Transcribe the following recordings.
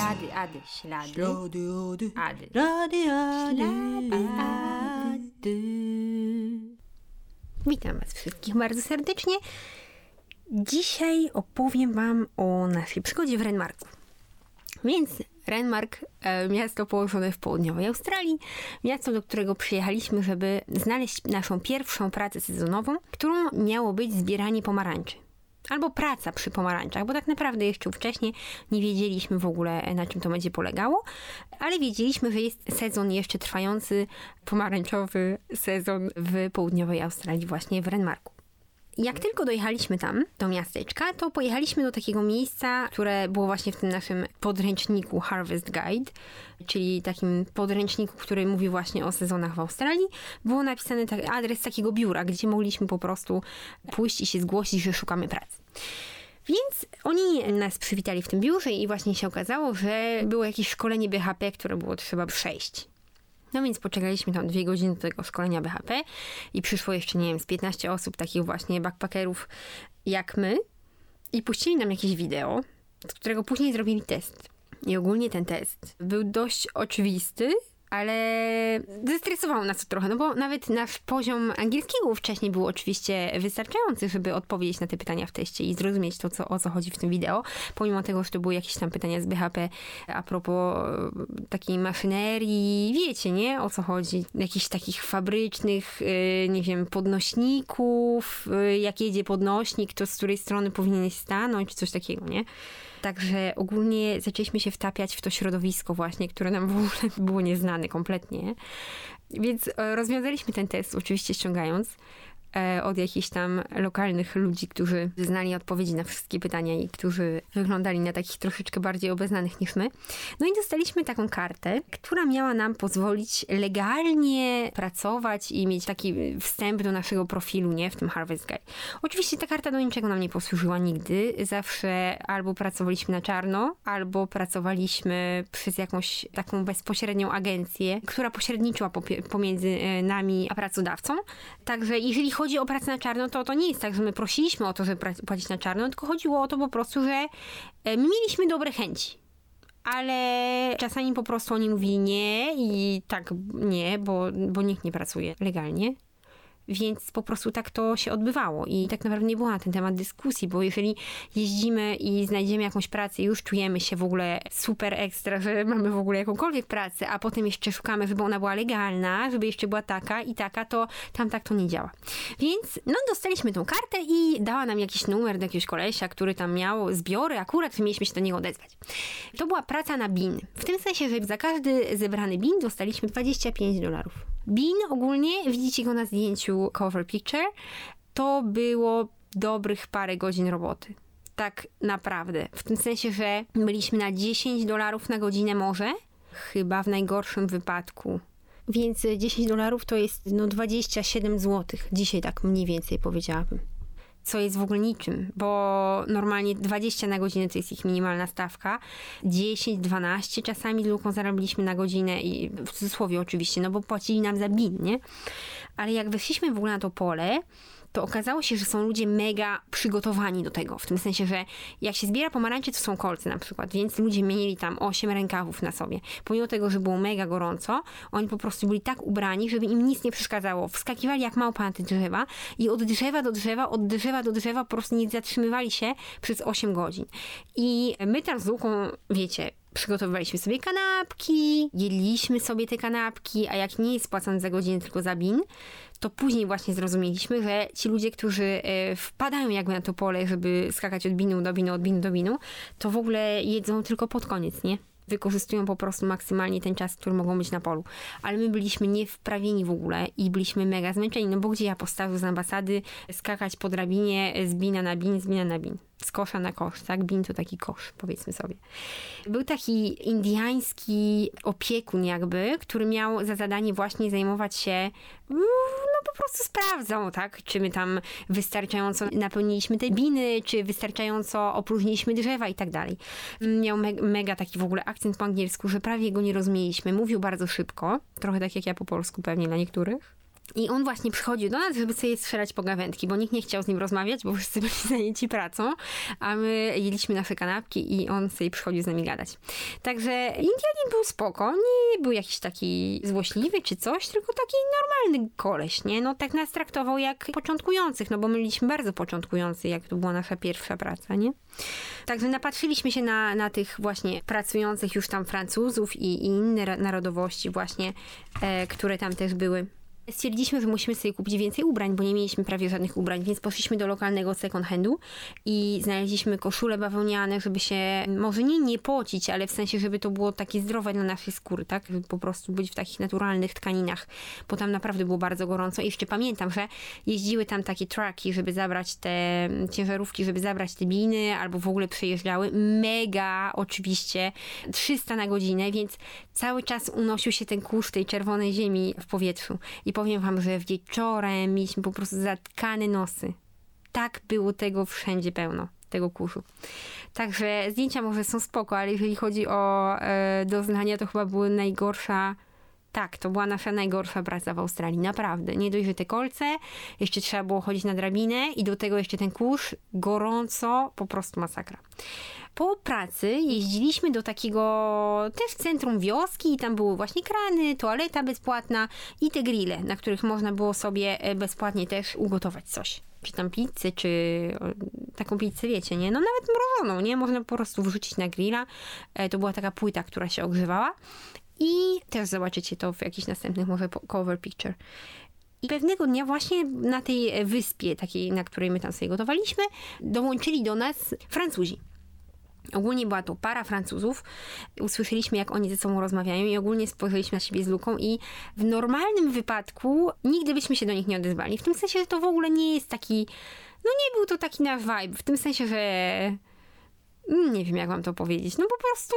Ady, ślady. Ślady, Ady. Ady. Witam Was wszystkich bardzo serdecznie. Dzisiaj opowiem Wam o naszej przygodzie w Renmarku. Więc Renmark, miasto położone w południowej Australii, miasto, do którego przyjechaliśmy, żeby znaleźć naszą pierwszą pracę sezonową, którą miało być zbieranie pomarańczy. Albo praca przy pomarańczach, bo tak naprawdę jeszcze wcześniej nie wiedzieliśmy w ogóle, na czym to będzie polegało, ale wiedzieliśmy, że jest sezon jeszcze trwający, pomarańczowy sezon w południowej Australii, właśnie w Renmarku. Jak tylko dojechaliśmy tam, do miasteczka, to pojechaliśmy do takiego miejsca, które było właśnie w tym naszym podręczniku Harvest Guide, czyli takim podręczniku, który mówi właśnie o sezonach w Australii. Było napisany adres takiego biura, gdzie mogliśmy po prostu pójść i się zgłosić, że szukamy pracy. Więc oni nas przywitali w tym biurze i właśnie się okazało, że było jakieś szkolenie BHP, które było trzeba przejść. No więc poczekaliśmy tam 2 godziny do tego szkolenia BHP i przyszło jeszcze, nie wiem, z 15 osób, takich właśnie backpackerów jak my i puścili nam jakieś wideo, z którego później zrobili test. I ogólnie ten test był dość oczywisty, ale zestresowało nas to trochę, no bo nawet nasz poziom angielskiego wcześniej był oczywiście wystarczający, żeby odpowiedzieć na te pytania w teście i zrozumieć to, o co chodzi w tym wideo, pomimo tego, że to były jakieś tam pytania z BHP a propos takiej maszynerii, wiecie, nie? O co chodzi? Jakichś takich fabrycznych, nie wiem, podnośników, jak jedzie podnośnik, to z której strony powinieneś stanąć, coś takiego, nie? Także ogólnie zaczęliśmy się wtapiać w to środowisko właśnie, które nam w ogóle było nieznane kompletnie. Więc rozwiązaliśmy ten test, oczywiście ściągając od jakichś tam lokalnych ludzi, którzy znali odpowiedzi na wszystkie pytania i którzy wyglądali na takich troszeczkę bardziej obeznanych niż my. No i dostaliśmy taką kartę, która miała nam pozwolić legalnie pracować i mieć taki wstęp do naszego profilu, nie? W tym Harvest Guide. Oczywiście ta karta do niczego nam nie posłużyła nigdy. Zawsze albo pracowaliśmy na czarno, albo pracowaliśmy przez jakąś taką bezpośrednią agencję, która pośredniczyła pomiędzy nami a pracodawcą. Także jeżeli chodzi o pracę na czarno, to nie jest tak, że my prosiliśmy o to, żeby płacić na czarno, tylko chodziło o to po prostu, że my mieliśmy dobre chęci. Ale czasami po prostu oni mówili nie i tak nie, bo nikt nie pracuje legalnie. Więc po prostu tak to się odbywało i tak naprawdę nie było na ten temat dyskusji, bo jeżeli jeździmy i znajdziemy jakąś pracę i już czujemy się w ogóle super ekstra, że mamy w ogóle jakąkolwiek pracę, a potem jeszcze szukamy, żeby ona była legalna, żeby jeszcze była taka i taka, to tam tak to nie działa. Więc no dostaliśmy tą kartę i dała nam jakiś numer do jakiegoś kolesia, który tam miał zbiory, akurat mieliśmy się do niego odezwać. To była praca na bin. W tym sensie, że za każdy zebrany bin dostaliśmy $25. Bin ogólnie, widzicie go na zdjęciu cover picture, to było dobrych parę godzin roboty. Tak naprawdę. W tym sensie, że byliśmy na $10 na godzinę może, chyba w najgorszym wypadku. Więc $10 to jest 27 zł. Dzisiaj tak mniej więcej powiedziałabym. Co jest w ogóle niczym, bo normalnie 20 na godzinę to jest ich minimalna stawka, 10, 12 czasami z luką zarobiliśmy na godzinę i w cudzysłowie oczywiście, no bo płacili nam za bin, nie? Ale jak weszliśmy w ogóle na to pole, to okazało się, że są ludzie mega przygotowani do tego, w tym sensie, że jak się zbiera pomarańcze, to są kolce na przykład, więc ludzie mieli tam 8 rękawów na sobie. Pomimo tego, że było mega gorąco, oni po prostu byli tak ubrani, żeby im nic nie przeszkadzało. Wskakiwali jak małpa na te drzewa i od drzewa do drzewa, od drzewa do drzewa po prostu nie zatrzymywali się przez 8 godzin. I my tam z Luką, wiecie, przygotowywaliśmy sobie kanapki, jedliśmy sobie te kanapki, a jak nie jest płacony za godzinę, tylko za bin, to później właśnie zrozumieliśmy, że ci ludzie, którzy wpadają jakby na to pole, żeby skakać od binu do binu, od binu do binu, to w ogóle jedzą tylko pod koniec, nie? Wykorzystują po prostu maksymalnie ten czas, który mogą być na polu. Ale my byliśmy niewprawieni w ogóle i byliśmy mega zmęczeni, no bo gdzie ja po stażu z ambasady skakać po drabinie z bina na bin, z bina na bin. Z kosza na kosz, tak? Bin to taki kosz, powiedzmy sobie. Był taki indyjski opiekun jakby, który miał za zadanie właśnie zajmować się, no po prostu sprawdzał, tak? Czy my tam wystarczająco napełniliśmy te biny, czy wystarczająco opróżniliśmy drzewa i tak dalej. Miał mega taki w ogóle akcent po angielsku, że prawie go nie rozumieliśmy. Mówił bardzo szybko, trochę tak jak ja po polsku pewnie dla niektórych. I on właśnie przychodził do nas, żeby sobie strzelać pogawędki, bo nikt nie chciał z nim rozmawiać, bo wszyscy byli zajęci pracą, a my jedliśmy nasze kanapki i on sobie przychodził z nami gadać. Także Indianin był spoko, nie był jakiś taki złośliwy czy coś, tylko taki normalny koleś, nie? No tak nas traktował jak początkujących, no bo my byliśmy bardzo początkujący, jak to była nasza pierwsza praca, nie? Także napatrzyliśmy się na tych właśnie pracujących już tam Francuzów i inne narodowości właśnie, które tam też były. Stwierdziliśmy, że musimy sobie kupić więcej ubrań, bo nie mieliśmy prawie żadnych ubrań, więc poszliśmy do lokalnego second handu i znaleźliśmy koszule bawełniane, żeby się może nie pocić, ale w sensie, żeby to było takie zdrowe dla naszej skóry, tak? Żeby po prostu być w takich naturalnych tkaninach, bo tam naprawdę było bardzo gorąco. I jeszcze pamiętam, że jeździły tam takie trucki, żeby zabrać te ciężarówki, żeby zabrać te liny, albo w ogóle przejeżdżały. Mega oczywiście, 300 na godzinę, więc cały czas unosił się ten kurz tej czerwonej ziemi w powietrzu. I powiem wam, że wieczorem mieliśmy po prostu zatkane nosy. Tak było tego wszędzie pełno, tego kurzu. Także zdjęcia może są spoko, ale jeżeli chodzi o doznania, to chyba były najgorsza. Tak, to była nasza najgorsza praca w Australii. Naprawdę. Nie dość, że te kolce, jeszcze trzeba było chodzić na drabinę i do tego jeszcze ten kurz, gorąco, po prostu masakra. Po pracy jeździliśmy do takiego też centrum wioski i tam były właśnie krany, toaleta bezpłatna i te grille, na których można było sobie bezpłatnie też ugotować coś. Czy tam pizzę, czy taką pizzę, wiecie, nie? No nawet mrożoną, nie? Można po prostu wrzucić na grilla. To była taka płyta, która się ogrzewała. I też zobaczycie to w jakichś następnych może cover picture. I pewnego dnia właśnie na tej wyspie, takiej, na której my tam sobie gotowaliśmy, dołączyli do nas Francuzi. Ogólnie była to para Francuzów. Usłyszeliśmy, jak oni ze sobą rozmawiają i ogólnie spojrzeliśmy na siebie z Luką i w normalnym wypadku nigdy byśmy się do nich nie odezwali. W tym sensie, że to w ogóle nie jest taki... No nie był to taki nasz vibe. W tym sensie, że... Nie wiem, jak wam to powiedzieć. No po prostu...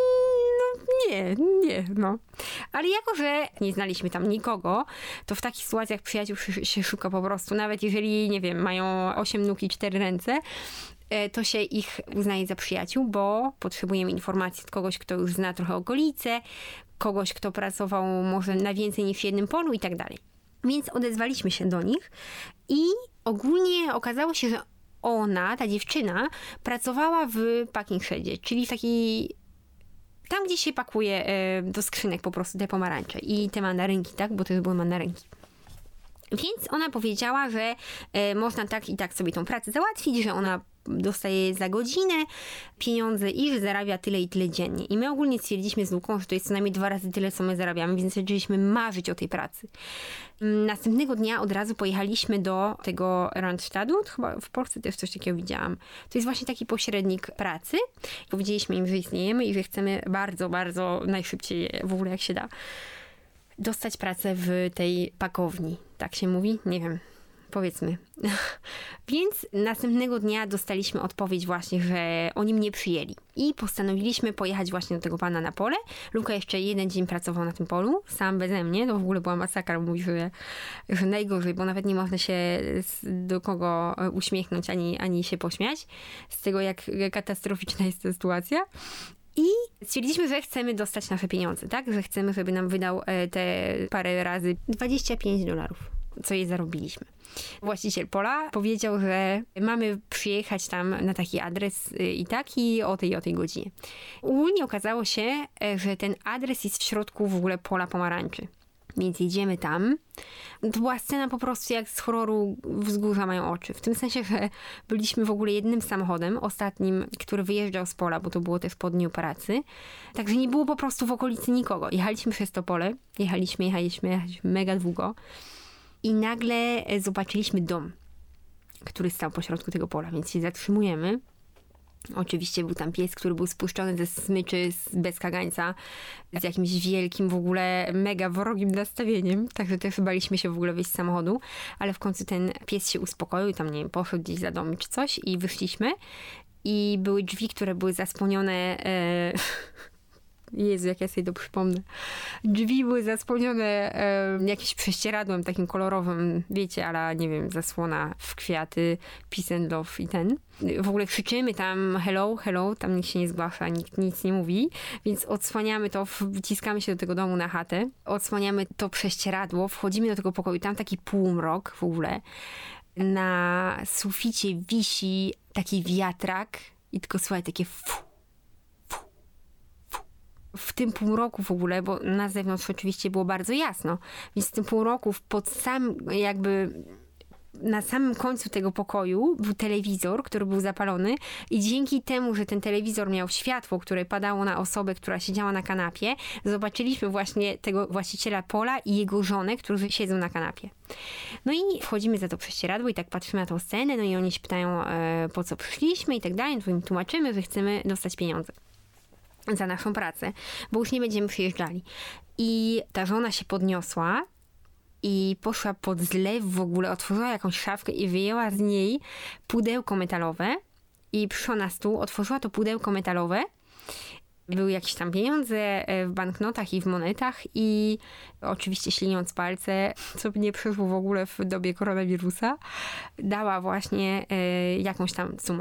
No. Ale jako, że nie znaliśmy tam nikogo, to w takich sytuacjach przyjaciół się szuka po prostu. Nawet jeżeli, nie wiem, mają 8 nóg i 4 ręce, to się ich uznaje za przyjaciół, bo potrzebujemy informacji od kogoś, kto już zna trochę okolice, kogoś, kto pracował może na więcej niż jednym polu i tak dalej. Więc odezwaliśmy się do nich i ogólnie okazało się, że ona, ta dziewczyna, pracowała w packing shadzie, czyli w takiej... Tam, gdzie się pakuje do skrzynek po prostu te pomarańcze i te mandarynki, tak? Bo to były mandarynki. Więc ona powiedziała, że można tak i tak sobie tą pracę załatwić, że ona dostaje za godzinę pieniądze i że zarabia tyle i tyle dziennie. I my ogólnie stwierdziliśmy z Luką, że to jest co najmniej 2 razy tyle, co my zarabiamy, więc zaczęliśmy marzyć o tej pracy. Następnego dnia od razu pojechaliśmy do tego Randstadu, chyba w Polsce też coś takiego widziałam. To jest właśnie taki pośrednik pracy. Powiedzieliśmy im, że istniejemy i że chcemy bardzo, bardzo najszybciej w ogóle jak się da dostać pracę w tej pakowni. Tak się mówi? Nie wiem. Powiedzmy. Więc następnego dnia dostaliśmy odpowiedź właśnie, że oni mnie przyjęli. I postanowiliśmy pojechać właśnie do tego pana na pole. Luka jeszcze 1 dzień pracował na tym polu, sam beze mnie. To w ogóle była masakra. Mówi, że najgorzej, bo nawet nie można się do kogo uśmiechnąć, ani się pośmiać z tego, jak katastroficzna jest ta sytuacja. I stwierdziliśmy, że chcemy dostać nasze pieniądze, tak? Że chcemy, żeby nam wydał te parę razy $25, co je zarobiliśmy. Właściciel pola powiedział, że mamy przyjechać tam na taki adres i o tej godzinie. Ogólnie okazało się, że ten adres jest w środku w ogóle pola pomarańczy. Więc jedziemy tam. To była scena po prostu jak z horroru Wzgórza mają oczy. W tym sensie, że byliśmy w ogóle jednym samochodem, ostatnim, który wyjeżdżał z pola, bo to było też po dniu pracy. Także nie było po prostu w okolicy nikogo. Jechaliśmy przez to pole. Jechaliśmy mega długo. I nagle zobaczyliśmy dom, który stał pośrodku tego pola, więc się zatrzymujemy. Oczywiście był tam pies, który był spuszczony ze smyczy, bez kagańca, z jakimś wielkim w ogóle mega wrogim nastawieniem, także też baliśmy się w ogóle wyjść z samochodu, ale w końcu ten pies się uspokoił, tam nie wiem, poszedł gdzieś za dom czy coś i wyszliśmy i były drzwi, które były zasłonione Jezu, jak ja sobie to przypomnę. Drzwi były zasłonione jakimś prześcieradłem takim kolorowym, wiecie, ale nie wiem, zasłona w kwiaty, peace and love i ten. W ogóle krzyczymy tam hello, hello, tam nikt się nie zgłasza, nikt nic nie mówi, więc odsłaniamy to, wciskamy się do tego domu na chatę, odsłaniamy to prześcieradło, wchodzimy do tego pokoju, tam taki półmrok w ogóle. Na suficie wisi taki wiatrak i tylko słuchaj, takie w tym półmroku w ogóle, bo na zewnątrz oczywiście było bardzo jasno, więc w tym półmroku pod sam jakby na samym końcu tego pokoju był telewizor, który był zapalony i dzięki temu, że ten telewizor miał światło, które padało na osobę, która siedziała na kanapie, zobaczyliśmy właśnie tego właściciela Paula i jego żonę, którzy siedzą na kanapie. No i wchodzimy za to prześcieradło i tak patrzymy na tą scenę, no i oni się pytają, po co przyszliśmy i tak dalej, to im tłumaczymy, że chcemy dostać pieniądze za naszą pracę, bo już nie będziemy przyjeżdżali. I ta żona się podniosła i poszła pod zlew w ogóle, otworzyła jakąś szafkę i wyjęła z niej pudełko metalowe i przyszła na stół, otworzyła to pudełko metalowe. Były jakieś tam pieniądze w banknotach i w monetach i oczywiście śliniąc palce, co by nie przyszło w ogóle w dobie koronawirusa, dała właśnie jakąś tam sumę.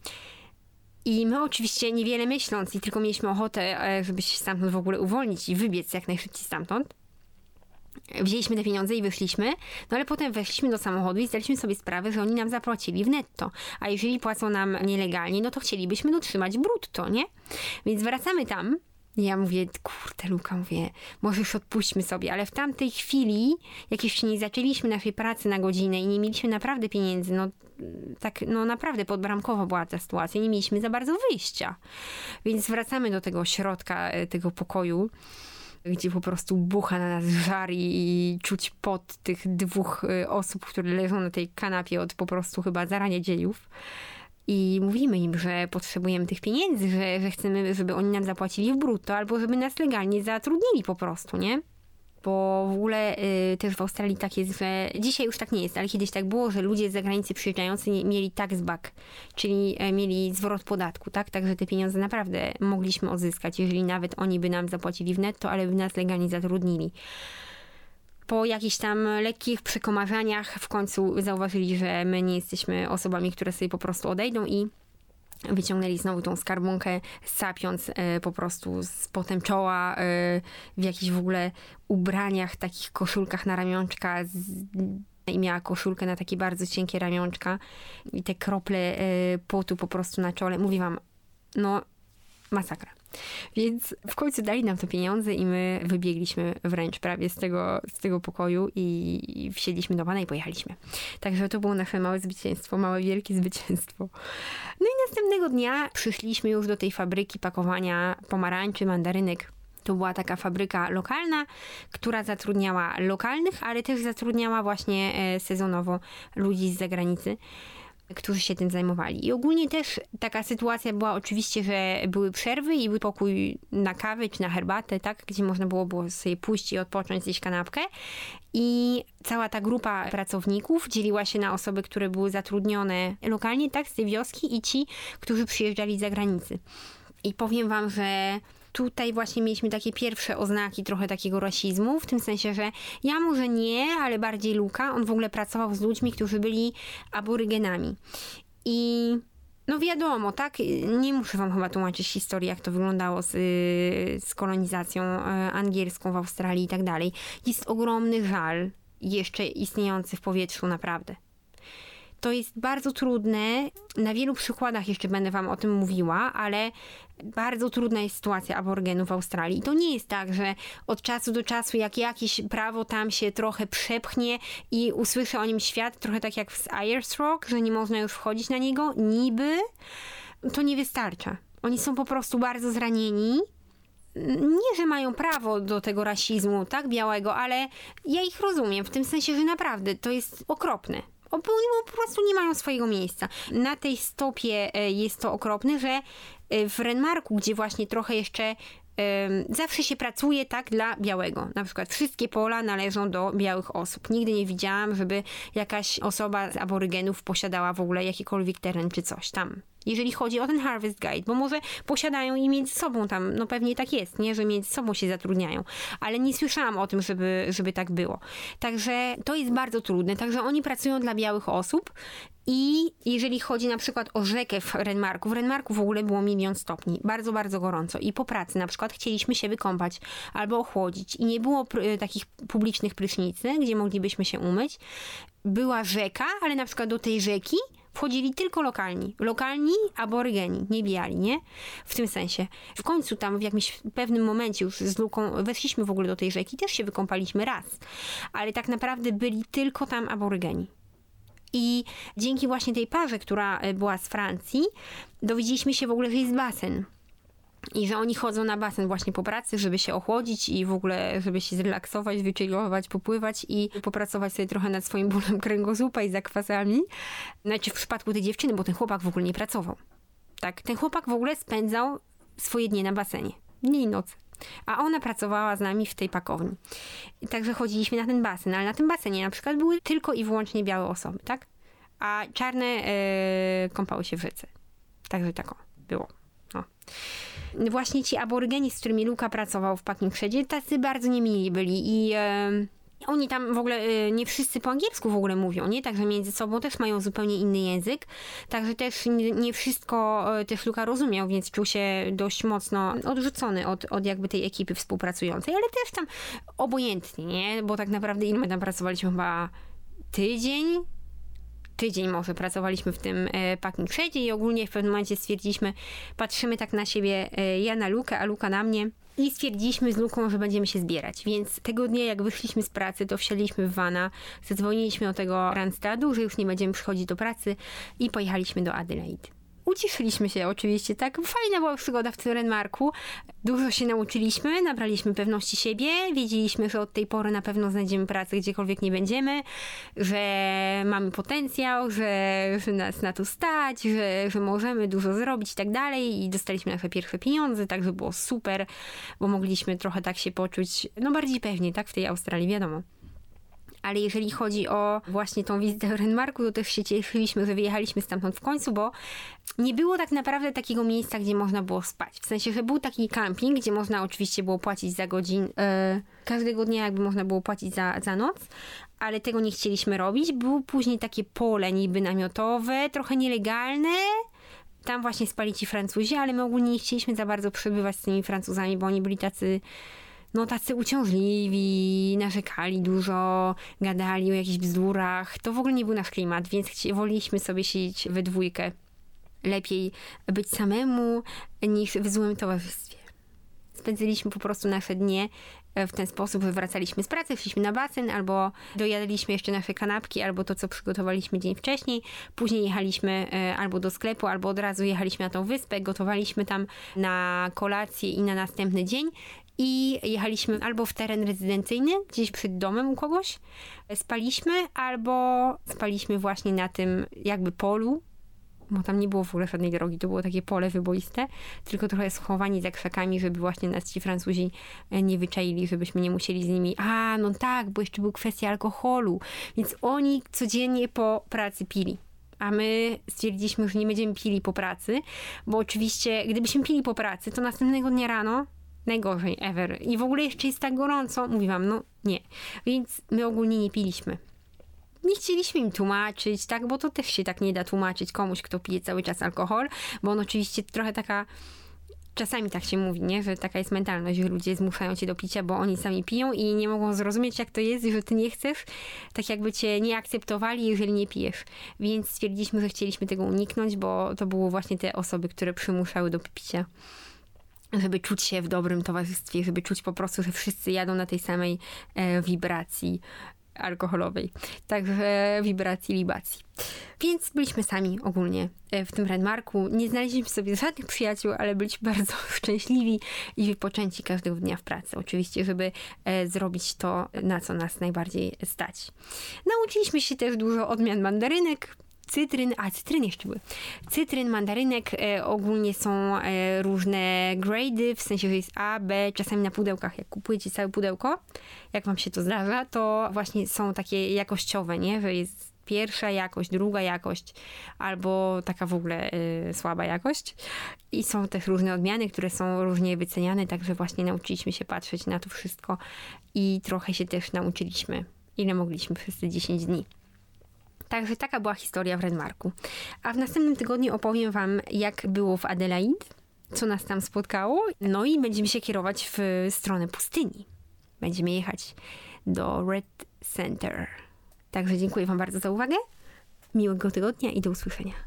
I my oczywiście niewiele myśląc i tylko mieliśmy ochotę, żeby się stamtąd w ogóle uwolnić i wybiec jak najszybciej stamtąd. Wzięliśmy te pieniądze i wyszliśmy, no ale potem weszliśmy do samochodu i zdaliśmy sobie sprawę, że oni nam zapłacili w netto. A jeżeli płacą nam nielegalnie, no to chcielibyśmy dotrzymać brutto, nie? Więc wracamy tam. Ja mówię, kurde Luka, mówię, może już odpuśćmy sobie, ale w tamtej chwili, jak jeszcze nie zaczęliśmy naszej pracy na godzinę i nie mieliśmy naprawdę pieniędzy, no tak, no naprawdę podbramkowo była ta sytuacja, nie mieliśmy za bardzo wyjścia. Więc wracamy do tego środka, tego pokoju, gdzie po prostu bucha na nas żar i czuć pot tych dwóch osób, które leżą na tej kanapie od po prostu chyba zarania dziejów. I mówimy im, że potrzebujemy tych pieniędzy, że chcemy, żeby oni nam zapłacili w brutto, albo żeby nas legalnie zatrudnili po prostu, nie? Bo w ogóle też w Australii tak jest, że dzisiaj już tak nie jest, ale kiedyś tak było, że ludzie z zagranicy przyjeżdżający mieli tax back, czyli mieli zwrot podatku, tak? Także te pieniądze naprawdę mogliśmy odzyskać, jeżeli nawet oni by nam zapłacili w netto, ale by nas legalnie zatrudnili. Po jakichś tam lekkich przekomarzaniach w końcu zauważyli, że my nie jesteśmy osobami, które sobie po prostu odejdą i wyciągnęli znowu tą skarbonkę, sapiąc po prostu z potem czoła w jakichś w ogóle ubraniach, takich koszulkach na ramionczka i miała koszulkę na takie bardzo cienkie ramionczka i te krople potu po prostu na czole. Mówię wam, no masakra. Więc w końcu dali nam to pieniądze i my wybiegliśmy wręcz prawie z tego pokoju i wsiedliśmy do pana i pojechaliśmy. Także to było nasze małe zwycięstwo, małe wielkie zwycięstwo. No i następnego dnia przyszliśmy już do tej fabryki pakowania pomarańczy, mandarynek. To była taka fabryka lokalna, która zatrudniała lokalnych, ale też zatrudniała właśnie sezonowo ludzi z zagranicy, którzy się tym zajmowali. I ogólnie też taka sytuacja była oczywiście, że były przerwy i był pokój na kawę czy na herbatę, tak, gdzie można było sobie pójść i odpocząć, zjeść kanapkę. I cała ta grupa pracowników dzieliła się na osoby, które były zatrudnione lokalnie, tak, z tej wioski i ci, którzy przyjeżdżali z zagranicy. I powiem wam, że tutaj właśnie mieliśmy takie pierwsze oznaki trochę takiego rasizmu, w tym sensie, że ja może nie, ale bardziej Luka, on w ogóle pracował z ludźmi, którzy byli aborygenami. I no wiadomo, tak, nie muszę wam chyba tłumaczyć historii, jak to wyglądało z kolonizacją angielską w Australii i tak dalej. Jest ogromny żal jeszcze istniejący w powietrzu, naprawdę. To jest bardzo trudne, na wielu przykładach jeszcze będę wam o tym mówiła, ale bardzo trudna jest sytuacja aborygenów w Australii. I to nie jest tak, że od czasu do czasu jak jakieś prawo tam się trochę przepchnie i usłyszy o nim świat, trochę tak jak z Ayers Rock, że nie można już wchodzić na niego, niby, to nie wystarcza. Oni są po prostu bardzo zranieni. Nie, że mają prawo do tego rasizmu, tak, białego, ale ja ich rozumiem, w tym sensie, że naprawdę to jest okropne. Bo po prostu nie mają swojego miejsca. Na tej stopie jest to okropne, że w Renmarku, gdzie właśnie trochę jeszcze zawsze się pracuje tak dla białego. Na przykład wszystkie pola należą do białych osób. Nigdy nie widziałam, żeby jakaś osoba z aborygenów posiadała w ogóle jakikolwiek teren czy coś tam. jeżeli chodzi o ten Harvest Guide, bo może posiadają i między sobą tam, no pewnie tak jest, nie, że między sobą się zatrudniają, ale nie słyszałam o tym, żeby tak było. Także to jest bardzo trudne, także oni pracują dla białych osób i jeżeli chodzi na przykład o rzekę w Renmarku w ogóle było 1 000 000 stopni, bardzo, bardzo gorąco i po pracy na przykład chcieliśmy się wykąpać albo ochłodzić i nie było takich publicznych prysznicy, gdzie moglibyśmy się umyć. Była rzeka, ale na przykład do tej rzeki wchodzili tylko lokalni aborygeni, nie biali, nie? W tym sensie. W końcu tam w jakimś pewnym momencie już z Luką weszliśmy w ogóle do tej rzeki, też się wykąpaliśmy raz, ale tak naprawdę byli tylko tam aborygeni. I dzięki właśnie tej parze, która była z Francji, dowiedzieliśmy się w ogóle, że jest basen. I że oni chodzą na basen właśnie po pracy, żeby się ochłodzić i w ogóle, żeby się zrelaksować, wychillować, popływać i popracować sobie trochę nad swoim bólem kręgosłupa i zakwasami. Znaczy w przypadku tej dziewczyny, bo ten chłopak w ogóle nie pracował. Tak, ten chłopak w ogóle spędzał swoje dnie na basenie. Dni i nocy. A ona pracowała z nami w tej pakowni. Także chodziliśmy na ten basen, ale na tym basenie na przykład były tylko i wyłącznie białe osoby, tak? A czarne kąpały się w rzece. Także tak było. No. Właśnie ci aborygeni, z którymi Luka pracował w Packing Shadzie, tacy bardzo niemili byli i oni tam w ogóle nie wszyscy po angielsku w ogóle mówią, nie? Także między sobą też mają zupełnie inny język. Także też nie wszystko też Luka rozumiał, więc czuł się dość mocno odrzucony od jakby tej ekipy współpracującej, ale też tam obojętnie, nie? Bo tak naprawdę ile my tam pracowaliśmy? Chyba tydzień może pracowaliśmy w tym Packing Shadzie i ogólnie w pewnym momencie stwierdziliśmy, patrzymy tak na siebie, ja na Lukę, a Luka na mnie i stwierdziliśmy z Luką, że będziemy się zbierać. Więc tego dnia, jak wyszliśmy z pracy, to wsiadliśmy w vana, zadzwoniliśmy do tego Randstadu, że już nie będziemy przychodzić do pracy i pojechaliśmy do Adelaide. Ucieszyliśmy się oczywiście, tak? Fajna była przygoda w tym Renmarku. Dużo się nauczyliśmy, nabraliśmy pewności siebie, wiedzieliśmy, że od tej pory na pewno znajdziemy pracę gdziekolwiek nie będziemy, że mamy potencjał, że nas na to stać, że możemy dużo zrobić i tak dalej i dostaliśmy nasze pierwsze pieniądze, także było super, bo mogliśmy trochę tak się poczuć, no bardziej pewnie, tak? W tej Australii, wiadomo. Ale jeżeli chodzi o właśnie tą wizytę w Renmarku, to też się cieszyliśmy, że wyjechaliśmy stamtąd w końcu, bo nie było tak naprawdę takiego miejsca, gdzie można było spać. W sensie, że był taki camping, gdzie można oczywiście było płacić za godzin. Każdego dnia jakby można było płacić za noc, ale tego nie chcieliśmy robić. Było później takie pole niby namiotowe, trochę nielegalne. Tam właśnie spali ci Francuzi, ale my ogólnie nie chcieliśmy za bardzo przebywać z tymi Francuzami, bo oni byli tacy uciążliwi, narzekali dużo, gadali o jakichś bzdurach. To w ogóle nie był nasz klimat, więc woleliśmy sobie siedzieć we dwójkę. Lepiej być samemu niż w złym towarzystwie. Spędziliśmy po prostu nasze dnie w ten sposób, że wracaliśmy z pracy, szliśmy na basen, albo dojadaliśmy jeszcze nasze kanapki, albo to, co przygotowaliśmy dzień wcześniej. Później jechaliśmy albo do sklepu, albo od razu jechaliśmy na tą wyspę, gotowaliśmy tam na kolację i na następny dzień. I jechaliśmy albo w teren rezydencyjny, gdzieś przed domem u kogoś, spaliśmy, albo spaliśmy właśnie na tym jakby polu, bo tam nie było w ogóle żadnej drogi, to było takie pole wyboiste, tylko trochę schowani za krzakami, żeby właśnie nas ci Francuzi nie wyczaili, żebyśmy nie musieli z nimi, no tak, bo jeszcze była kwestia alkoholu, więc oni codziennie po pracy pili. A my stwierdziliśmy, że nie będziemy pili po pracy, bo oczywiście gdybyśmy pili po pracy, to następnego dnia rano najgorzej ever. I w ogóle jeszcze jest tak gorąco. Mówię wam, nie. Więc my ogólnie nie piliśmy. Nie chcieliśmy im tłumaczyć, tak? Bo to też się tak nie da tłumaczyć komuś, kto pije cały czas alkohol, bo on oczywiście trochę taka, czasami tak się mówi, nie? Że taka jest mentalność, że ludzie zmuszają cię do picia, bo oni sami piją i nie mogą zrozumieć, jak to jest, że ty nie chcesz, tak jakby cię nie akceptowali, jeżeli nie pijesz. Więc stwierdziliśmy, że chcieliśmy tego uniknąć, bo to były właśnie te osoby, które przymuszały do picia. Żeby czuć się w dobrym towarzystwie, żeby czuć po prostu, że wszyscy jadą na tej samej wibracji alkoholowej. Także wibracji, libacji. Więc byliśmy sami ogólnie w tym Renmarku. Nie znaleźliśmy sobie żadnych przyjaciół, ale byliśmy bardzo szczęśliwi i wypoczęci każdego dnia w pracy. Oczywiście, żeby zrobić to, na co nas najbardziej stać. Nauczyliśmy się też dużo odmian mandarynek, cytryn jeszcze były. Cytryn, mandarynek, ogólnie są różne grade'y, w sensie, że jest A, B, czasami na pudełkach, jak kupujecie całe pudełko, jak wam się to zdarza, to właśnie są takie jakościowe, nie? Że jest pierwsza jakość, druga jakość, albo taka w ogóle słaba jakość. I są też różne odmiany, które są różnie wyceniane, także właśnie nauczyliśmy się patrzeć na to wszystko i trochę się też nauczyliśmy, ile mogliśmy przez te 10 dni. Także taka była historia w Renmarku. A w następnym tygodniu opowiem wam, jak było w Adelaide, co nas tam spotkało. No i będziemy się kierować w stronę pustyni. Będziemy jechać do Red Center. Także dziękuję wam bardzo za uwagę. Miłego tygodnia i do usłyszenia.